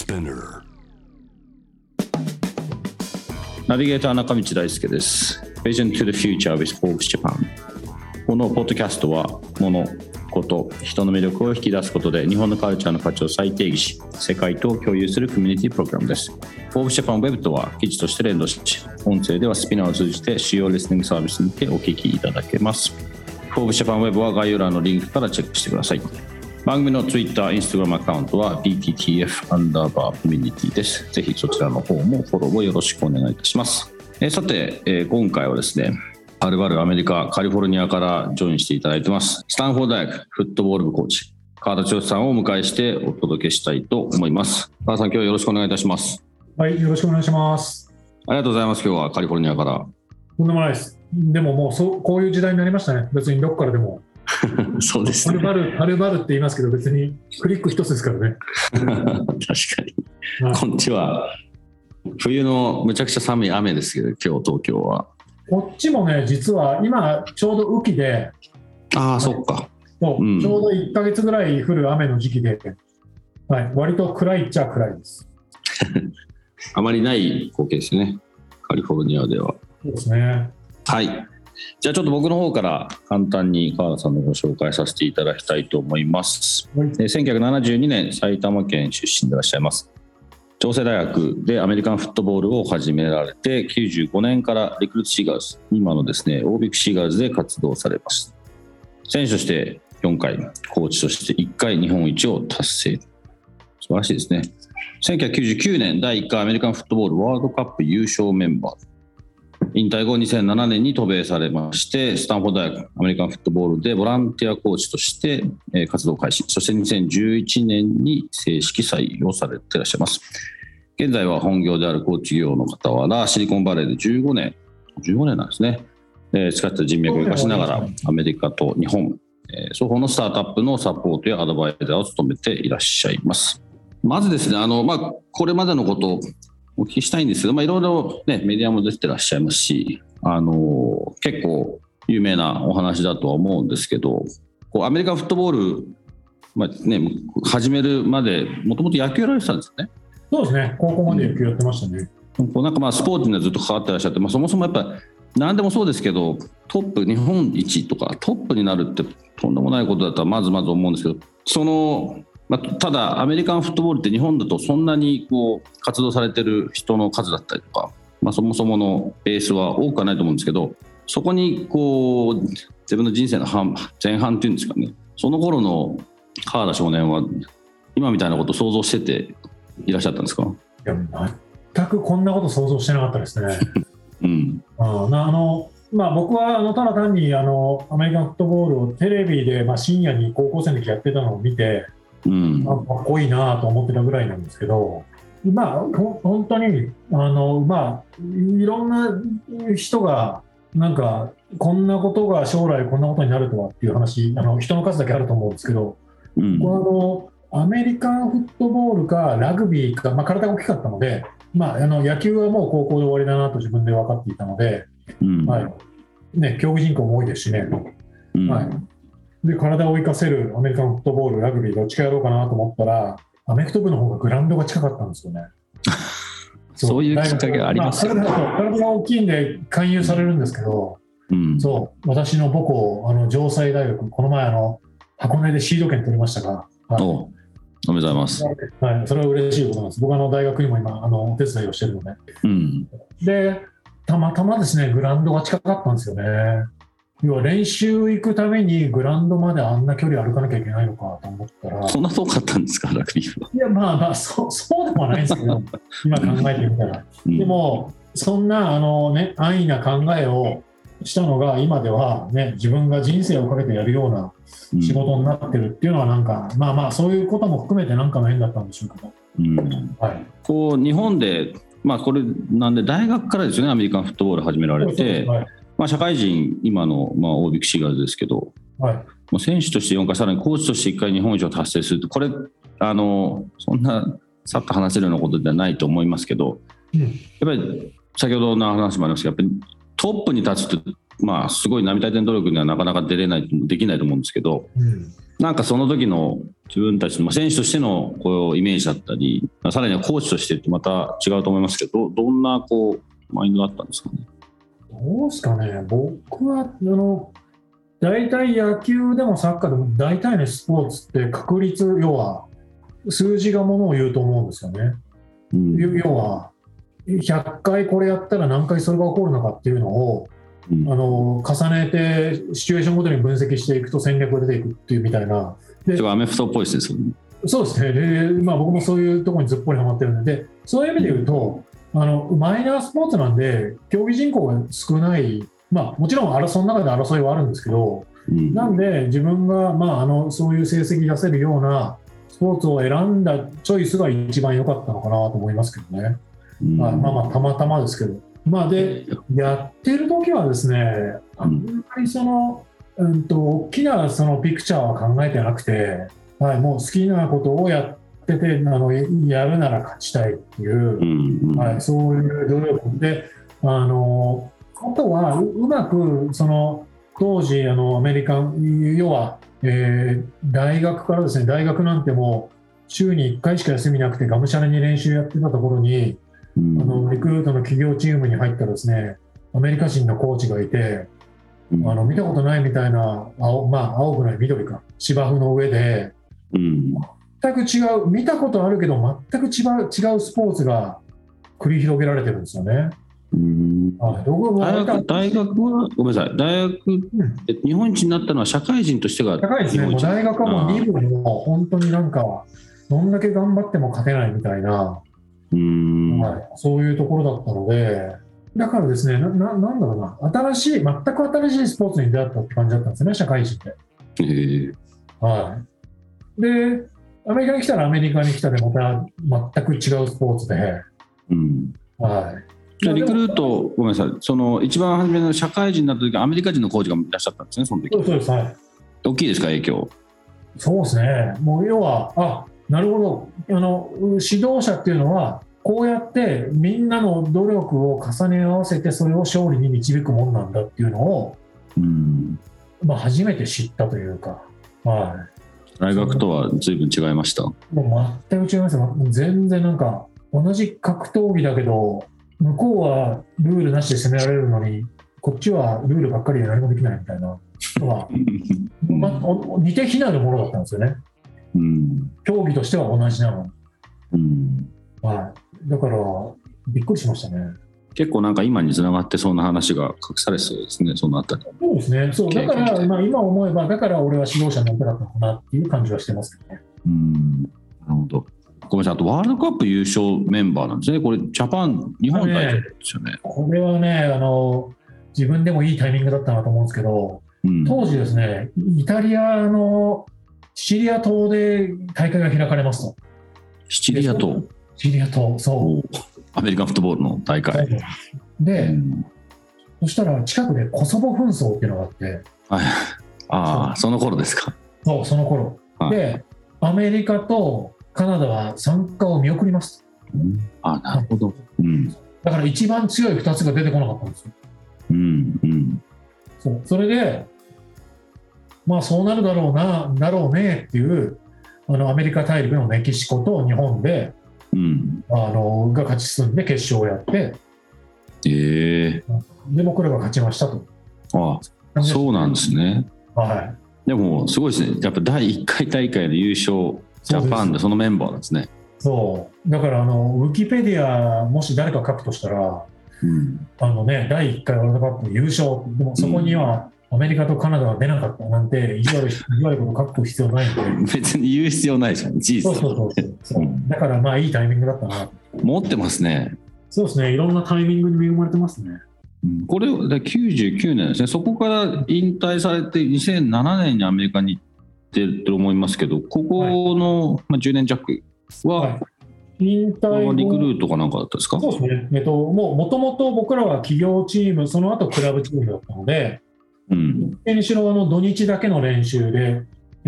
Spinner。 ナビゲーター中道大輔です。 Vision to the Future with Forbes Japan。 このポッドキャストは物、こと、人の魅力を引き出すことで日本のカルチャーの価値を再定義し、世界と共有するコミュニティプログラムです。 Forbes Japan Web とは記事として連動し、音声ではスピナーを通じて主要リスニングサービスにてお聞きいただけます。 Forbes Japan Web は概要欄のリンクからチェックしてください。番組の Twitter、Instagram アカウントは BTTF_community です。ぜひそちらの方もフォローをよろしくお願いいたします。さて、今回はですね、はるばるアメリカカリフォルニアからジョインしていただいてます、スタンフォード大学フットボール部コーチ川田剛さんをお迎えしてお届けしたいと思います。川田さん、今日はよろしくお願いいたします。 はい、よろしくお願いします。 ありがとうございます。今日はカリフォルニアから。 とんでもないです。でももうこういう時代になりましたね。別にどこからでもそうですね。 はるばるって言いますけど、別にクリック一つですからね。 確かに、こんちは冬のむちゃくちゃ寒い雨ですけど、今日東京はこっちもね、実は今ちょうど雨季で、 そっか、 ちょうど1ヶ月ぐらい降る雨の時期で、はい、割と暗いっちゃ暗いですあまりない光景ですね、カリフォルニアでは。 そうですね。 はい、じゃあちょっと僕の方から簡単に川田さんのご紹介させていただきたいと思います。 はい、 1972年埼玉県出身でいらっしゃいます。長生大学でアメリカンフットボールを始められて、95年からリクルートシーガーズ、今のですねオービックシーガーズで活動されます。選手として4回、コーチとして1回日本一を達成。素晴らしいですね。1999年第1回アメリカンフットボールワールドカップ優勝メンバー。引退後2007年に渡米されまして、スタンフォード大学アメリカンフットボールでボランティアコーチとして活動開始。そして2011年に正式採用されていらっしゃいます。現在は本業であるコーチ業の傍ら、シリコンバレーで15年なんですね、使った人脈を生かしながらアメリカと日本、双方のスタートアップのサポートやアドバイザーを務めていらっしゃいます。まずですね、これまでのことをお聞きしたいんですけど、いろいろ、ね、メディアも出てらっしゃいますし、結構有名なお話だとは思うんですけど、アメリカンフットボール、始めるまでもともと野球やられてたんですよね。 そうですね、高校まで野球やってましたね。 なんかスポーツにはずっと関わってらっしゃって、そもそもやっぱ何でもそうですけど、トップ日本一とかトップになるってとんでもないことだとはまず思うんですけど、ただアメリカンフットボールって日本だとそんなに活動されてる人の数だったりとか、そもそものベースは多くはないと思うんですけど、そこに自分の人生の前半っていうんですかね、その頃の川田少年は今みたいなことを想像してていらっしゃったんですか？ いや、全くこんなこと想像してなかったですね僕はただ単にアメリカンフットボールをテレビで深夜に高校生の時やってたのを見て、かっこいいなと思ってたぐらいなんですけど、本当にいろんな人がなんかこんなことが将来こんなことになるとはっていう話、人の数だけあると思うんですけど、アメリカンフットボールかラグビーか、体が大きかったので、野球はもう高校で終わりだなと自分で分かっていたので、競技人口も多いですしね、で体を生かせるアメリカンフットボール、ラグビーどっちかやろうかなと思ったら、アメフト部の方がグラウンドが近かったんですよねそういうきっかけがありますよね。 体が大きいんで勧誘されるんですけど、私の母校城西大学、この前箱根でシード権取りましたが、 おめでとうございます。 それは嬉しいことなんです。僕は大学にも今お手伝いをしてるので、でたまたまですね、グラウンドが近かったんですよね。要は練習行くためにグラウンドまであんな距離歩かなきゃいけないのかと思ったら、 そんな遠かったんですか、ラグビーは。 いやそうでもないんですけど今考えてみたら、でもそんな安易な考えをしたのが今ではね、自分が人生をかけてやるような仕事になってるっていうのはなんか、そういうことも含めてなんかの縁だったんでしょうけど、 日本でこれなんで大学からですよね、アメリカンフットボール始められて、社会人今のオービックシーガーズですけど、もう選手として4回、さらにコーチとして1回日本一を達成するって、これそんなさっと話せるようなことではないと思いますけど、やっぱり先ほどの話もありましたけど、やっぱりトップに立つってすごい並大抵の努力にはなかなかできないと思うんですけど、なんかその時の自分たちの選手としてのこうイメージだったり、さらにはコーチとしてってまた違うと思いますけど、どんなこうマインドだったんですかね。 どうですかね、僕は大体野球でもサッカーでも大体のスポーツって確率、要は数字がものを言うと思うんですよね。要は100回これやったら何回それが起こるのかっていうのを、重ねてシチュエーションごとに分析していくと戦略が出ていくっていうみたいな。 でアメフトっぽいですよね。 そうですね。で、僕もそういうところにずっぽりハマってるので、そういう意味で言うと、マイナースポーツなんで競技人口が少ない、もちろんその中で争いはあるんですけど、なんで自分が、そういう成績出せるようなスポーツを選んだチョイスが一番良かったのかなと思いますけどね。たまたまですけど。で、やってる時はですね、あんまり大きなピクチャーは考えてなくて、もう好きなことをやってて、やるなら勝ちたいっていう、そういう努力で、あとはうまく当時アメリカン、要は、大学からですね、大学なんてもう週に1回しか休みなくてがむしゃらに練習やってたところに、リクルートの企業チームに入ったらですね、アメリカ人のコーチがいて、見たことないみたいな青くない緑か芝生の上で、全く違う、見たことあるけど全く違うスポーツが繰り広げられてるんですよね。 大学はごめんなさい、大学、日本一になったのは社会人としてが高いですね。もう大学はもう2部も本当にどんだけ頑張っても勝てないみたいな、そういうところだったので、だからですね、なんだろうな、全く新しいスポーツに出会ったって感じだったんですよね、社会人で。で、アメリカに来たらアメリカに来たでまた全く違うスポーツで、 じゃあリクルート、ごめんなさい、一番初めの社会人になった時、アメリカ人のコーチがいらっしゃったんですね、その時。 そうです、 大きいですか、影響。 そうですね、もう要は、なるほど、指導者っていうのは、こうやってみんなの努力を重ね合わせて、それを勝利に導くもんなんだっていうのを、初めて知ったというか。 大学とは随分違いました。 もう全く違いますよ。全然同じ格闘技だけど、向こうはルールなしで攻められるのに、こっちはルールばっかりで何もできないみたいなのは、似て非なるものだったんですよね。競技としては同じなのに。だからびっくりしましたね。 結構今に繋がってそうな話が隠されそうですね、そのあたり。 そうですね。そうだから、今思えば、だから俺は指導者になりたかったのかなっていう感じはしてますけどね。 なるほど。ごめんなさい、あとワールドカップ優勝メンバーなんですね。これジャパン、日本代表ですよね。 これはね、自分でもいいタイミングだったなと思うんですけど、当時ですね、イタリアのシチリア島で大会が開かれますと。 シチリア島、 そう。 アメリカンフットボールの大会で、そしたら近くでコソボ紛争っていうのがあって、その頃ですか。 そう、その頃、でアメリカとカナダは参加を見送ります。 なるほど。 だから一番強い2つが出てこなかったんですよ。それでそうなるだろうねっていうアメリカ大陸のメキシコと日本で、が勝ち進んで決勝をやって、で僕らが勝ちましたと。 そうなんですね。でもすごいですね。やっぱ第1回大会の優勝ジャパンでそのメンバーなんですね。 そうだからウィキペディアもし誰か書くとしたら、第1回ワールドカップ優勝、でもそこにはアメリカとカナダは出なかったなんて意地悪いこと書く必要ないので別に言う必要ないですよね、事実。 だからいいタイミングだったな。 持ってますね。 そうですね、いろんなタイミングに恵まれてますね。 これ99年ですね。そこから引退されて2007年にアメリカに行ってると思いますけど、ここの10年弱は引退後リクルートかなんかだったですか？ そうですね。もともと僕らは企業チーム、その後クラブチームだったので、にしろ土日だけの練習で、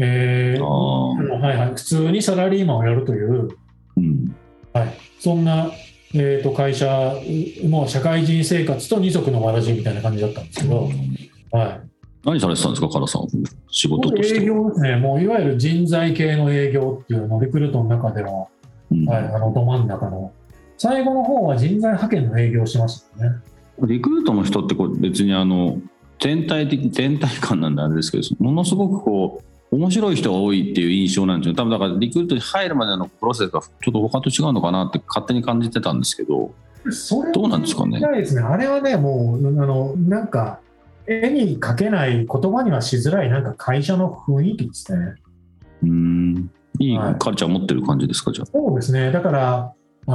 普通にサラリーマンをやるという、そんな、会社も社会人生活と二足のわらじみたいな感じだったんですけど、 何されてたんですか、唐さん、仕事として。 営業ですね、もういわゆる人材系の営業っていうの、リクルートの中での、はい、ど真ん中の、最後の方は人材派遣の営業をしましたね。 リクルートの人って別に全体感なんであれですけど、ものすごく面白い人が多いっていう印象なんですよ。多分だからリクルートに入るまでのプロセスがちょっと他と違うのかなって勝手に感じてたんですけど、どうなんですかね。 あれはね、もうなんか絵に描けない、言葉にはしづらい、なんか会社の雰囲気ですね。 いいカルチャー持ってる感じですか、じゃあ。 そうですね。だから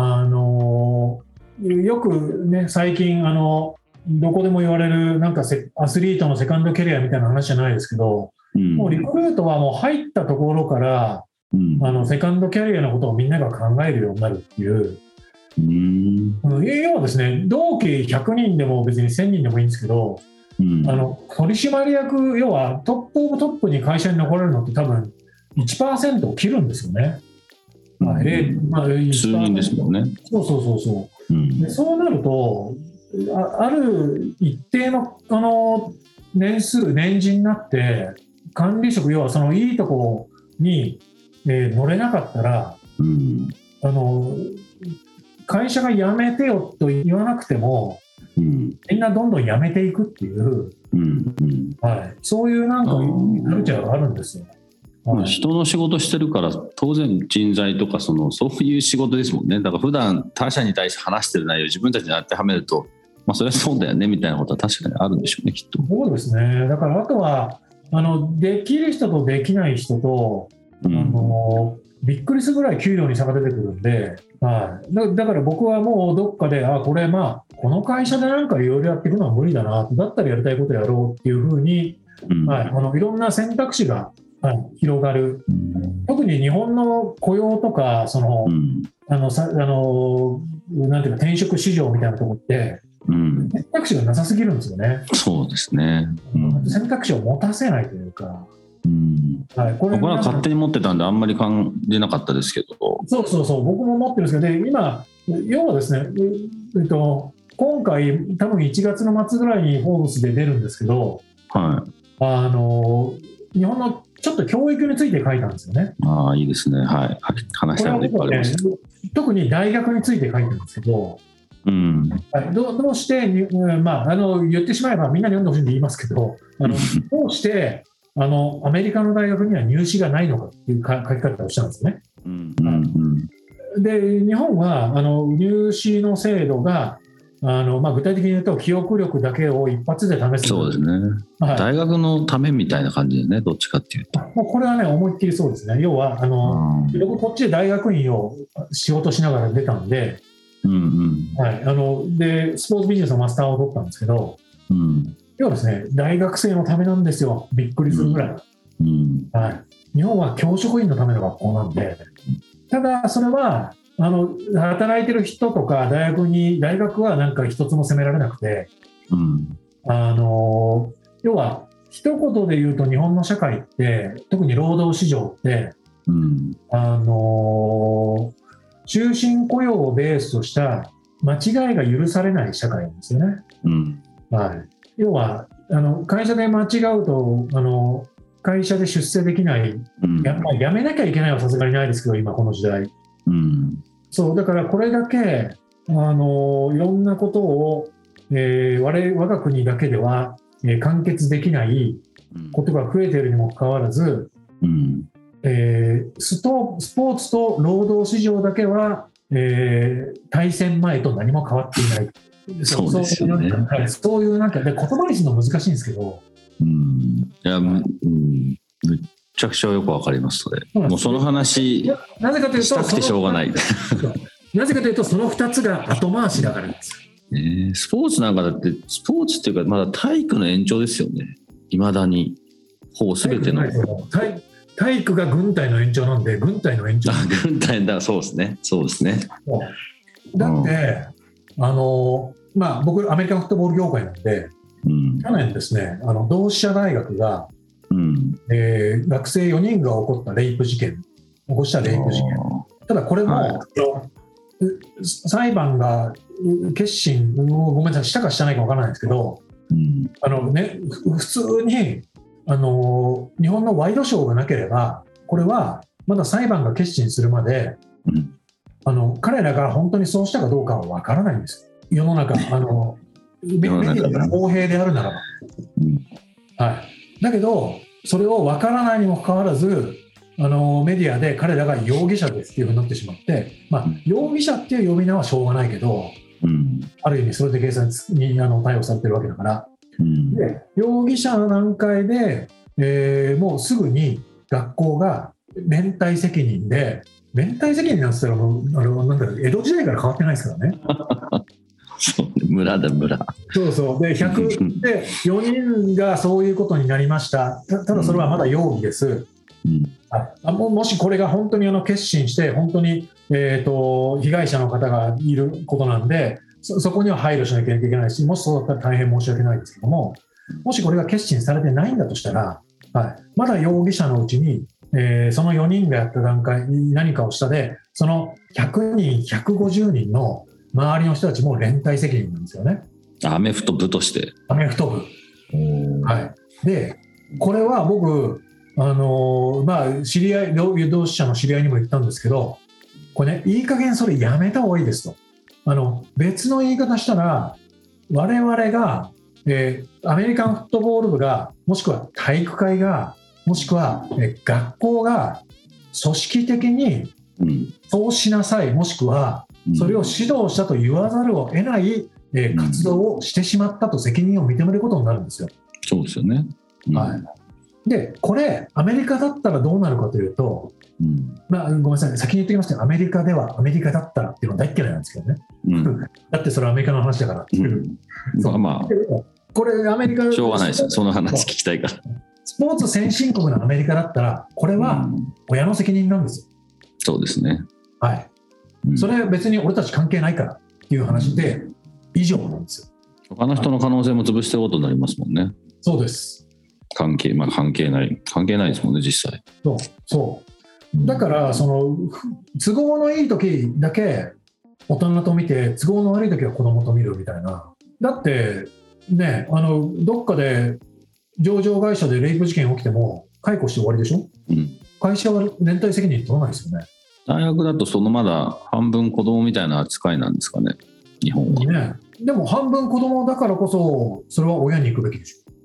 よくね、最近どこでも言われるなんかアスリートのセカンドキャリアみたいな話じゃないですけど、もうリクルートはもう入ったところから、セカンドキャリアのことをみんなが考えるようになるっていう。要はですね、同期100人でも別に1000人でもいいんですけど、取締役、要はトップオブトップに会社に残れるのって多分 1% を切るんですよね。 数人ですもんね。 そうなると、ある一定の年次になって管理職、要はそのいいとこに、乗れなかったら、会社が辞めてよと言わなくても、みんなどんどん辞めていくっていう、そういうなんかカルチャーがあるんですよ。 人の仕事してるから当然人材とかそういう仕事ですもんね。だから普段他者に対して話してる内容を自分たちに当てはめると、それはそうだよねみたいなことは確かにあるんでしょうね、きっと。 そうですね。だからあとはできる人とできない人と、びっくりするぐらい給料に差が出てくるんで、だから僕はもうどっかでこれこの会社でなんかいろいろやっていくのは無理だな、だったらやりたいことやろうっていうふうに、いろんな選択肢が広がる。特に日本の雇用とかなんていうか転職市場みたいなところって、選択肢がなさすぎるんですよね。 そうですね。 選択肢を持たせないというか。 これは勝手に持ってたんであんまり感じなかったですけど。 そう僕も持ってるんですけど、今要はですね、今回多分1月の末ぐらいにフォーブスで出るんですけど、日本のちょっと教育について書いたんですよね。 いいですね。話したいこといっぱいあります。 特に大学について書いてるんですけど、どうして、言ってしまえばみんなに読んでほしいんで言いますけど、どうしてアメリカの大学には入試がないのかっていう書き方をしたんですね。で、日本は入試の制度が具体的に言うと記憶力だけを一発で試す。 そうですね。大学のためみたいな感じでね、どっちかっていうと。 もうこれはね、思いっきりそうですね。要は僕こっちで大学院を仕事しながら出たんで、でスポーツビジネスのマスターを取ったんですけど、要はですね、大学生のためなんですよ。びっくりするぐらい。日本は教職員のための学校なんで、ただそれは働いてる人とか大学はなんか一つも責められなくて、要は一言で言うと日本の社会って特に労働市場って、終身雇用をベースとした間違いが許されない社会なんですよね。要は会社で間違うと会社で出世できない、辞めなきゃいけないはさすがにないですけど、今この時代、そうだからこれだけいろんなことを、我が国だけでは、完結できないことが増えているにもかかわらず、スポーツと労働市場だけは、大戦前と何も変わっていない。 そうですよね。 そういうなんかで言葉にするの難しいんですけど、 めちゃくちゃよくわかります。それもうその話なぜかというとしたくてしょうがないなぜかというとその2つが後回しだからです。 スポーツなんかだってスポーツっていうかまだ体育の延長ですよね。いまだにほぼ全ての体育が軍隊の延長なんで、軍隊の延長軍隊だ。そうですね。 だって僕アメリカンフットボール業界なんで、去年ですね、同志社大学が、学生4人が起こしたレイプ事件。ただこれも、裁判が結審、ごめんなさい、したかしたないか分からないんですけど、 普通に日本のワイドショーがなければ、これはまだ裁判が決心するまで、彼らが本当にそうしたかどうかは分からないんです。世の中メディアが公平であるならば、はい、だけどそれを分からないにもかかわらずメディアで彼らが容疑者ですっていうふうになってしまって、容疑者っていう呼び名はしょうがないけど、ある意味それで警察に逮捕されてるわけだから、で容疑者の段階で、もうすぐに学校が連帯責任で、連帯責任なんて言ったらなんだろう、江戸時代から変わってないですからね。 そう村だ村。 そうで100で4人がそういうことになりました。ただそれはまだ容疑です。もしこれが本当に決心して本当に、被害者の方がいることなんで、そこには配慮しなきゃいけないし、もしそうだったら大変申し訳ないですけども、もしこれが決心されてないんだとしたら、まだ容疑者のうちに、その4人がやった段階に何かをしたで、その100人150人の周りの人たちも連帯責任なんですよね。 アメフト部として。 アメフト部。でこれは僕知り合い、同志社の知り合いにも言ったんですけど、これね、いい加減それやめた方がいいですと。別の言い方したら、我々が、アメリカンフットボール部が、もしくは体育会が、もしくは、学校が組織的にそうしなさい、もしくはそれを指導したと言わざるを得ない、活動をしてしまったと責任を認めることになるんですよ。 そうですよね。 でこれアメリカだったらどうなるかというと、ごめんなさい、先に言っておきますけど、アメリカではアメリカだったらっていうのは大嫌いなんですけどね、だってそれはアメリカの話だから、これアメリカしょうがないです、その話聞きたいから。 スポーツ先進国のアメリカだったらこれは親の責任なんですよ。 そうですね。 それは別に俺たち関係ないからっていう話で以上なんですよ。 他の人の可能性も潰してることになりますもんね。 そうです。 関係ないですもんね、実際。 そうだからその都合のいい時だけ大人と見て、都合の悪い時は子供と見るみたいな。だってね、どっかで上場会社でレイプ事件起きても解雇して終わりでしょ、会社は連帯責任取らないですよね。 大学だとそのまだ半分子供みたいな扱いなんですかね、日本は。 ね、でも半分子供だからこそそれは親に行くべきでしょ。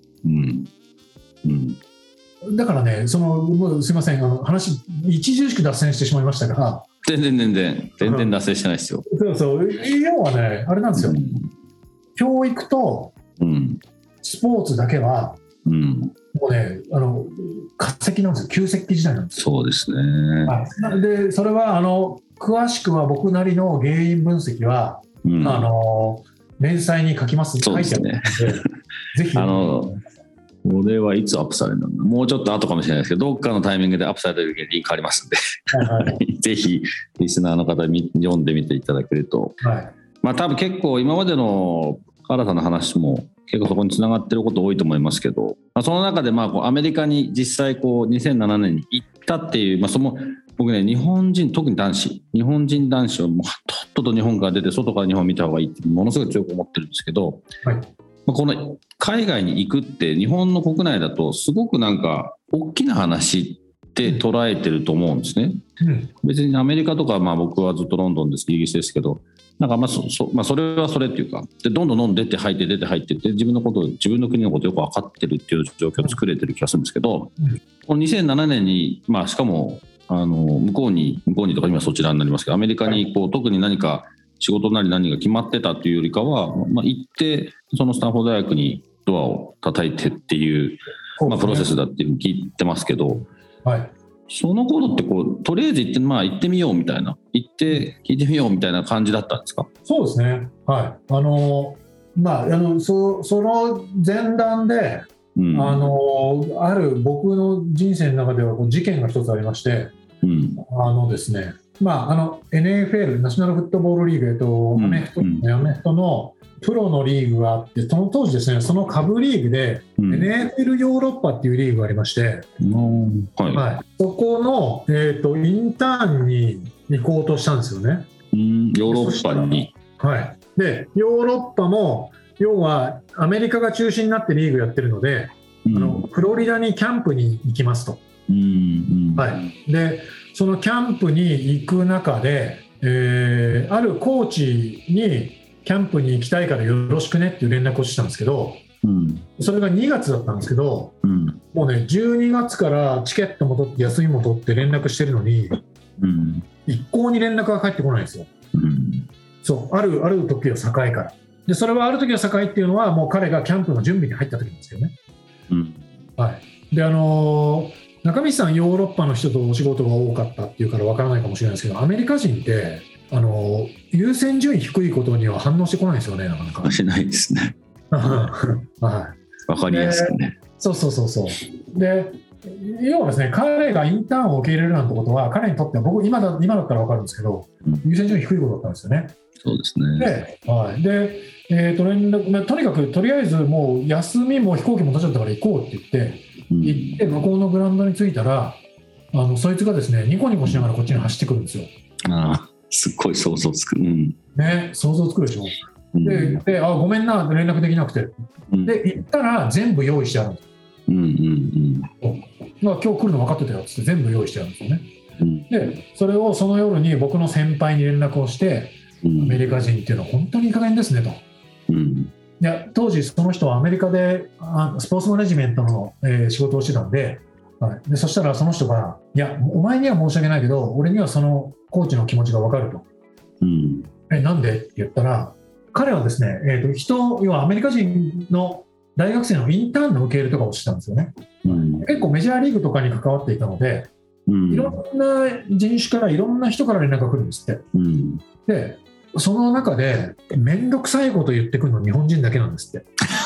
だからね、すいません、話著しく脱線してしまいましたが、 全然脱線してないですよ。 要はね、あれなんですよ、教育とスポーツだけは、もうね、化石なんですよ、旧石器時代なんですよ。 そうですね。 でそれは詳しくは僕なりの原因分析は、連載に書きます。 そうですね。ぜひこれはいつアップされるの？もうちょっと後かもしれないですけど、どっかのタイミングでアップされるリンクありますんで、ぜひリスナーの方読んでみていただけると、多分結構今までの原さんの話も結構そこに繋がってること多いと思いますけど、その中でアメリカに実際2007年に行ったっていう、僕ね、日本人、特に日本人男子はもうとっとと日本から出て外から日本を見た方がいいってものすごい強く思ってるんですけど、この海外に行くって日本の国内だとすごく大きな話って捉えてると思うんですね。別にアメリカとか僕はずっとロンドンです、イギリスですけど、それはそれっていうか、でどんどん出て入ってって自分の国のことよく分かってるっていう状況を作れてる気がするんですけど、この2007年にしかも向こうにとか今そちらになりますけど、アメリカに特に何か仕事なり何が決まってたというよりかは、行ってそのスタンフォード大学にドアを叩いてっていう、プロセスだっていうふうに聞いてますけど、その頃ってとりあえず行ってみようみたいな、行って聞いてみようみたいな感じだったんですか？ そうですね。その前段で、ある僕の人生の中では事件が一つありまして、ですね、NFL ナショナルフットボールリーグ、アメフトのプロのリーグがあって、その当時ですね、その下部リーグで、NFL ヨーロッパっていうリーグがありまして、そこの、インターンに行こうとしたんですよね。 ヨーロッパに。 でヨーロッパも要はアメリカが中心になってリーグやってるので、フロリダにキャンプに行きますと、はい、でそのキャンプに行く中で、あるコーチにキャンプに行きたいからよろしくねっていう連絡をしたんですけど、それが2月だったんですけど、もうね12月からチケットも取って休みも取って連絡してるのに、一向に連絡が返ってこないんですよ。そうある時を境から。でそれはある時を境っていうのはもう彼がキャンプの準備に入った時なんですけどね、はい、で中道さんヨーロッパの人とお仕事が多かったっていうからわからないかもしれないですけど、アメリカ人って優先順位低いことには反応してこないんですよね、なかなか。 しないですね。はい、わかりやすくね。 そうで、要はですね、彼がインターンを受け入れるなんてことは彼にとっては、僕今だったらわかるんですけど、優先順位低いことだったんですよね。 そうですね。 で、連絡、とにかくとりあえずもう休みも飛行機も取っちゃったから行こうって行って向こうのグラウンドに着いたら、そいつがですねニコニコしながらこっちに走ってくるんですよ。 すっごい想像つく、 ね、想像つくでしょ。でごめんな連絡できなくて、で行ったら全部用意してあるんです。今日来るの分かってたよって全部用意してあるんですよね。でそれをその夜に僕の先輩に連絡をして、アメリカ人っていうのは本当にいい加減ですねと。いや当時その人はアメリカでスポーツマネジメントの、仕事をしてたんで、でそしたらその人がいやお前には申し訳ないけど俺にはそのコーチの気持ちが分かると、なんでって言ったら、彼はですね、要はアメリカ人の大学生のインターンの受け入れとかをしてたんですよね。結構メジャーリーグとかに関わっていたので、いろんな人種からいろんな人から連絡が来るんですって。でその中で面倒くさいこと言ってくるの日本人だけなんですって。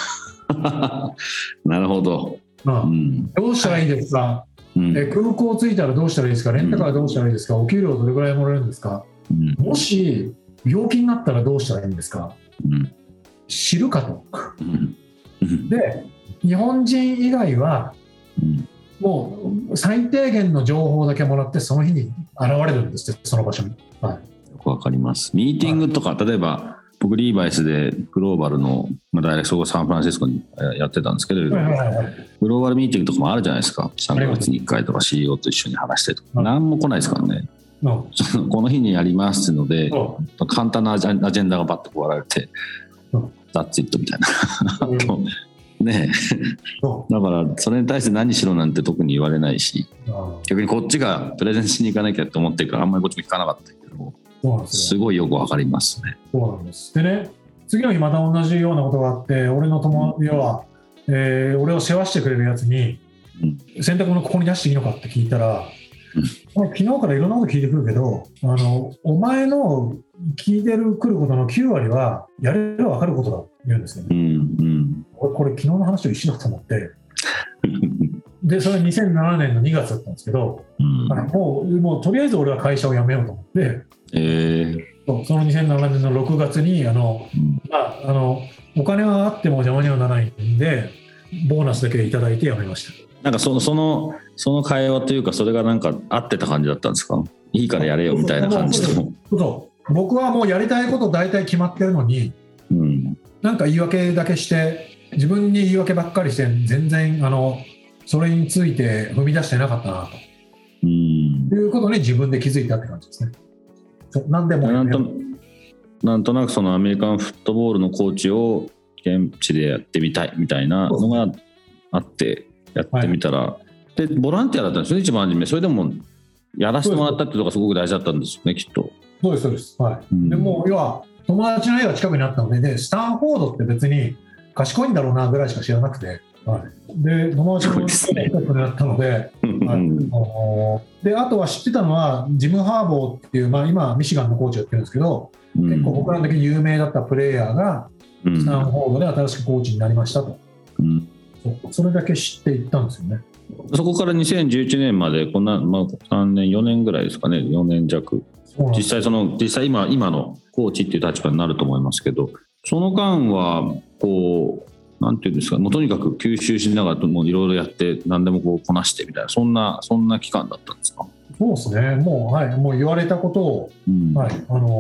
なるほど。 どうしたらいいですか、空港着いたらどうしたらいいですか、レンタカーどうしたらいいですか、お給料どれくらいもらえるんですか、もし病気になったらどうしたらいいんですか、知るかと。で日本人以外はもう最低限の情報だけもらってその日に現れるんですって、その場所に。よくわかります。ミーティングとか、例えば僕リーバイスでグローバルのダイレクトがサンフランシスコにやってたんですけど、グローバルミーティングとかもあるじゃないですか。3ヶ月に1回とか CEO と一緒に話してとか、何も来ないですからね。この日にやりますっていうので、簡単なアジェンダがバッとこう割られて、That's it みたいなね、だからそれに対して何しろなんて特に言われないし、逆にこっちがプレゼンしに行かなきゃって思ってるからあんまりこっちも聞かなかったけど、すごいよくわかりますね。 そうなんです。でね、次の日また同じようなことがあって、俺の友達は、俺を世話してくれるやつに、洗濯物ここに出していいのかって聞いたら、昨日からいろんなこと聞いてくるけど、お前の聞いてくることの9割はやれば分かることだって言うんですよね。これ昨日の話と一緒だと思ってでそれ2007年の2月だったんですけど、もうとりあえず俺は会社を辞めようと思って、その2007年の6月にお金はあっても邪魔にはならないんでボーナスだけいただいて辞めました。 なんかその会話というか、それがなんか合ってた感じだったんですか？いいからやれよみたいな感じと。 そう僕はもうやりたいこと大体決まってるのに、なんか言い訳だけして自分に言い訳ばっかりして全然それについて踏み出してなかったなということに自分で気づいたって感じですね。なんでもなんとなくそのアメリカンフットボールのコーチを現地でやってみたいみたいなのがあってやってみたら、でボランティアだったんですよね、一番初め。それでもやらせてもらったっていうのがすごく大事だったんですよね、きっと。 そうですそうです、でも要は友達の家が近くにあったので、スタンフォードって別に賢いんだろうなぐらいしか知らなくて、で友達の家が近くにあったので、であとは知ってたのはジム・ハーボーっていう、今ミシガンのコーチやってるんですけど、結構僕らの時有名だったプレイヤーがスタンフォードで新しくコーチになりましたと、それだけ知っていったんですよね。 そこから2011年までこんな、3年4年ぐらいですかね、4年弱、実際今のコーチっていう立場になると思いますけど、その間はこうなんていうんですか、もうとにかく吸収しながらもういろいろやって何でもこうこなしてみたいな、そんな期間だったんですか？ そうですね、もう言われたことを、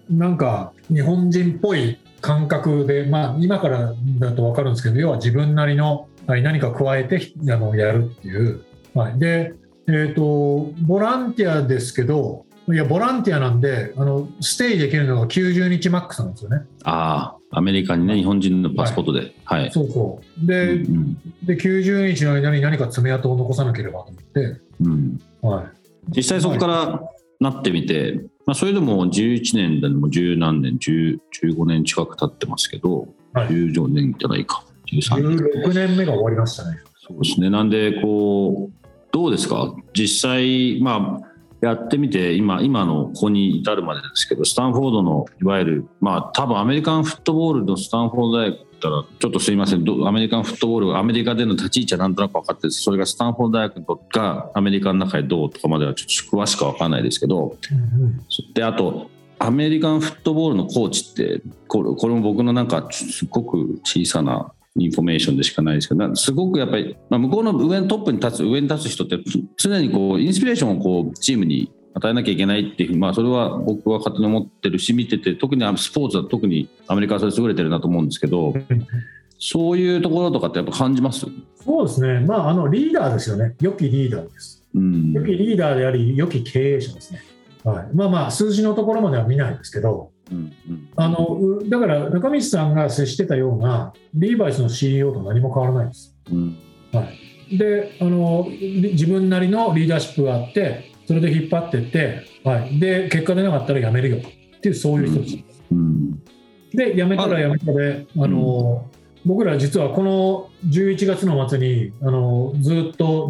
なんか日本人っぽい感覚で、今からだと分かるんですけど、要は自分なりの何か加えてやるっていう、で、ボランティアですけど、ボランティアなんでステイできるのが90日マックスなんですよね。 アメリカにね、日本人のパスポートで、 そうそうで、で90日の間に何か爪痕を残さなければと思って、 実際そこからなってみて、それでも11年でも十何年15年近く経ってますけど、14年じゃないか 16年目が終わりましたね。 そうですね。なんでどうですか実際、やってみて今のここに至るまでですけど、スタンフォードのいわゆる多分アメリカンフットボールのスタンフォード大学だったらちょっとすいません、アメリカンフットボールがアメリカでの立ち位置はなんとなく分かってるんです。それがスタンフォード大学がアメリカの中でどうとかまではちょっと詳しくは分かんないですけど、であとアメリカンフットボールのコーチってこれも僕のなんかすごく小さなインフォメーションでしかないですけど、すごくやっぱり、向こうの上に立つ人って常にインスピレーションをチームに与えなきゃいけないっていう、それは僕は勝手に思ってるし、見てて特にスポーツは特にアメリカはそれ優れてるなと思うんですけど、そういうところとかってやっぱ感じます？ そうですね、リーダーですよね。良きリーダーです、良きリーダーであり良き経営者ですね。数字のところまでは見ないですけど、だから中道さんが接してたようなリーバイスの CEO と何も変わらないです、で自分なりのリーダーシップがあって、それで引っ張っていって、で結果出なかったら辞めるよっていう、そういう人たちです、で辞めたら辞めたで、僕ら実はこの11月の末にずっと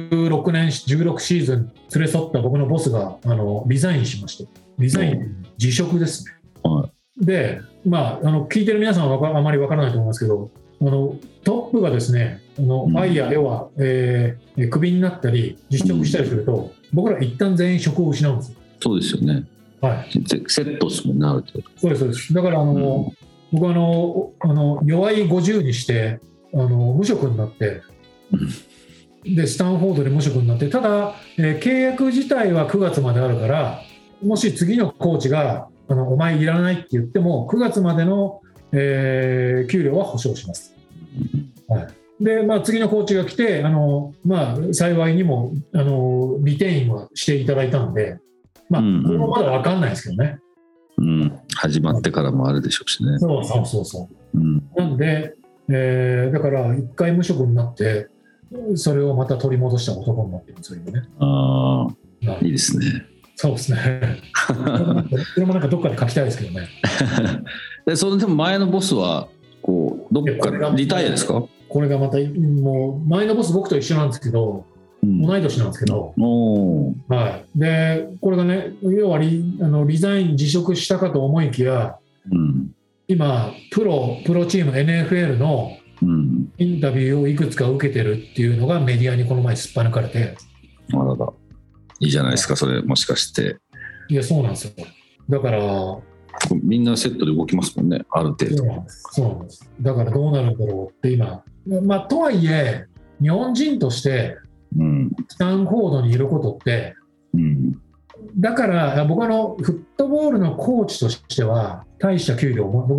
16シーズン連れ添った僕のボスがリザインしました。リザイン、辞職ですね。で、聞いてる皆さんはあまり分からないと思いますけど、トップがですね、ファイヤー、要は、クビになったり辞職したりすると、僕ら一旦全員職を失うんですよ。 そうですよね。セットですもんね、ある程度。 そうです、そうです。だから僕は弱い50にして無職になって、でスタンフォードで無職になって、ただ、契約自体は9月まであるから、もし次のコーチがお前いらないって言っても9月までの、給料は保証します、で次のコーチが来て幸いにもリテインはしていただいたんで、これもまだ分かんないですけどね、 始まってからもあるでしょうしね。 そう、なんで、だから一回無職になってそれをまた取り戻した男になってるんですよね。 いいですね。 そうですね。それもなんかどっかで書きたいですけどね。 でも前のボスはどっかリタイアですか？ これがまたもう前のボス僕と一緒なんですけど、同い年なんですけど、でこれがね、要はリザイン辞職したかと思いきや、今プロチーム NFL のインタビューをいくつか受けてるっていうのがメディアにこの前すっぱ抜かれて、 いいじゃないですか、それ。もしかして。 いや、そうなんですよ。だからみんなセットで動きますもんね、ある程度。 そうなんです。だからどうなるんだろうって今、とはいえ日本人としてスタンフォードにいることって、だから僕フットボールのコーチとしては大した給料も、僕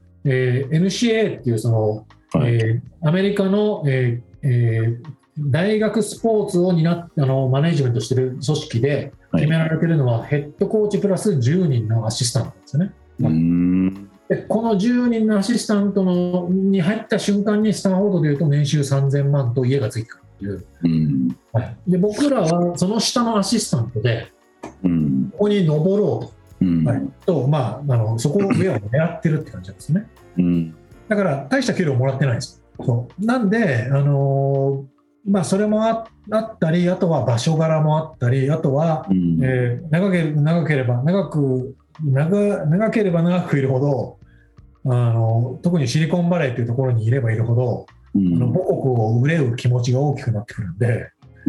NCA っていうアメリカの、大学スポーツをマネジメントしている組織で決められているのは、ヘッドコーチプラス10人のアシスタントなんですよね。でこの10人のアシスタントに入った瞬間にスタンフォードでいうと年収3000万と家がついてくるっていう、で僕らはその下のアシスタントで、ここに登ろうと、そこを上を狙ってるって感じなんですね。だから大した給料もらってないんです。なんでそれもあったり、あとは場所柄もあったり、あとは、長ければ長くいるほど、特にシリコンバレーというところにいればいるほど、母国を憂う気持ちが大きくなってくるんで、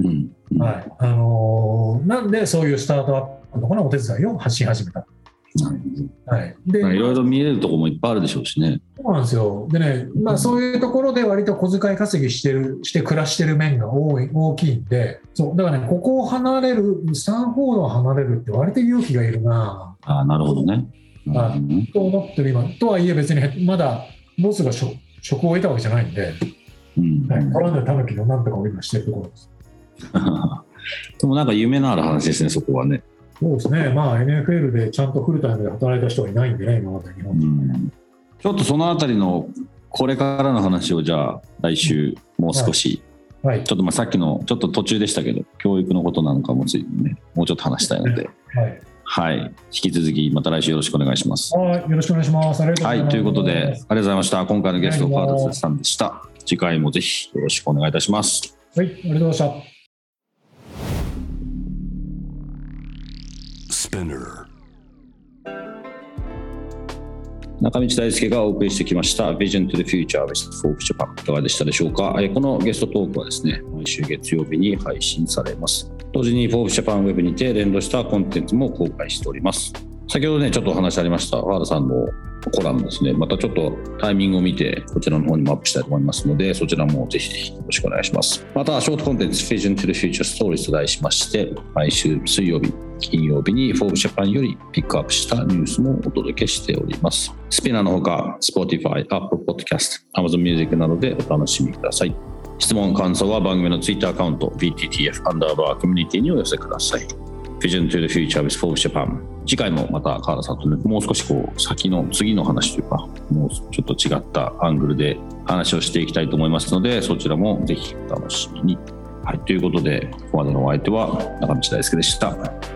なんでそういうスタートアップとかのお手伝いをし始めた。 いろいろ見えるところもいっぱいあるでしょうしね。 そうなんですよ。でね、そういうところで割と小遣い稼ぎして暮らしてる面が大きいんで、だからね、ここを離れる、スタンフォードを離れるって割と勇気がいるな。 なるほどね。 と思ってる今とはいえ別にまだボスが職を得たわけじゃないんで、絡んでタヌキのなんとかを今してるところです。 でもなんか夢のある話ですね、そこはね。 そうですね、NFL でちゃんとフルタイムで働いた人はいないんでね、今まで日本で、 ちょっとそのあたりのこれからの話をじゃあ来週もう少し、ちょっとさっきのちょっと途中でしたけど教育のことなんかもついてねもうちょっと話したいので、引き続きまた来週よろしくお願いします。 よろしくお願いします。ありがとうございます。 ということでありがとうございました。今回のゲスト川田さんでした。次回もぜひよろしくお願いいたします。 ありがとうございました。 中道大輔がお送りしてきました Vision to the Future with Forbes Japan いかがでしたでしょうか。このゲストトークはですね毎週月曜日に配信されます。同時に Forbes Japan ウェブにて連動したコンテンツも公開しております。先ほどねちょっとお話ありました川田さんのコラムですね、またちょっとタイミングを見てこちらの方にもアップしたいと思いますのでそちらもぜひぜひよろしくお願いします。またショートコンテンツ Vision to the Future Stories と題しまして毎週水曜日金曜日に Forbes Japan よりピックアップしたニュースもお届けしております。スピナーのほか Spotify、Apple Podcast、Amazon Music などでお楽しみください。質問感想は番組の Twitter アカウント VTTF_community にお寄せください。Vision to the Future with Forbes Japan 次回もまた川田さんと、ね、もう少し先の次の話というかもうちょっと違ったアングルで話をしていきたいと思いますのでそちらもぜひお楽しみに。ということでここまでのお相手は中道大輔でした。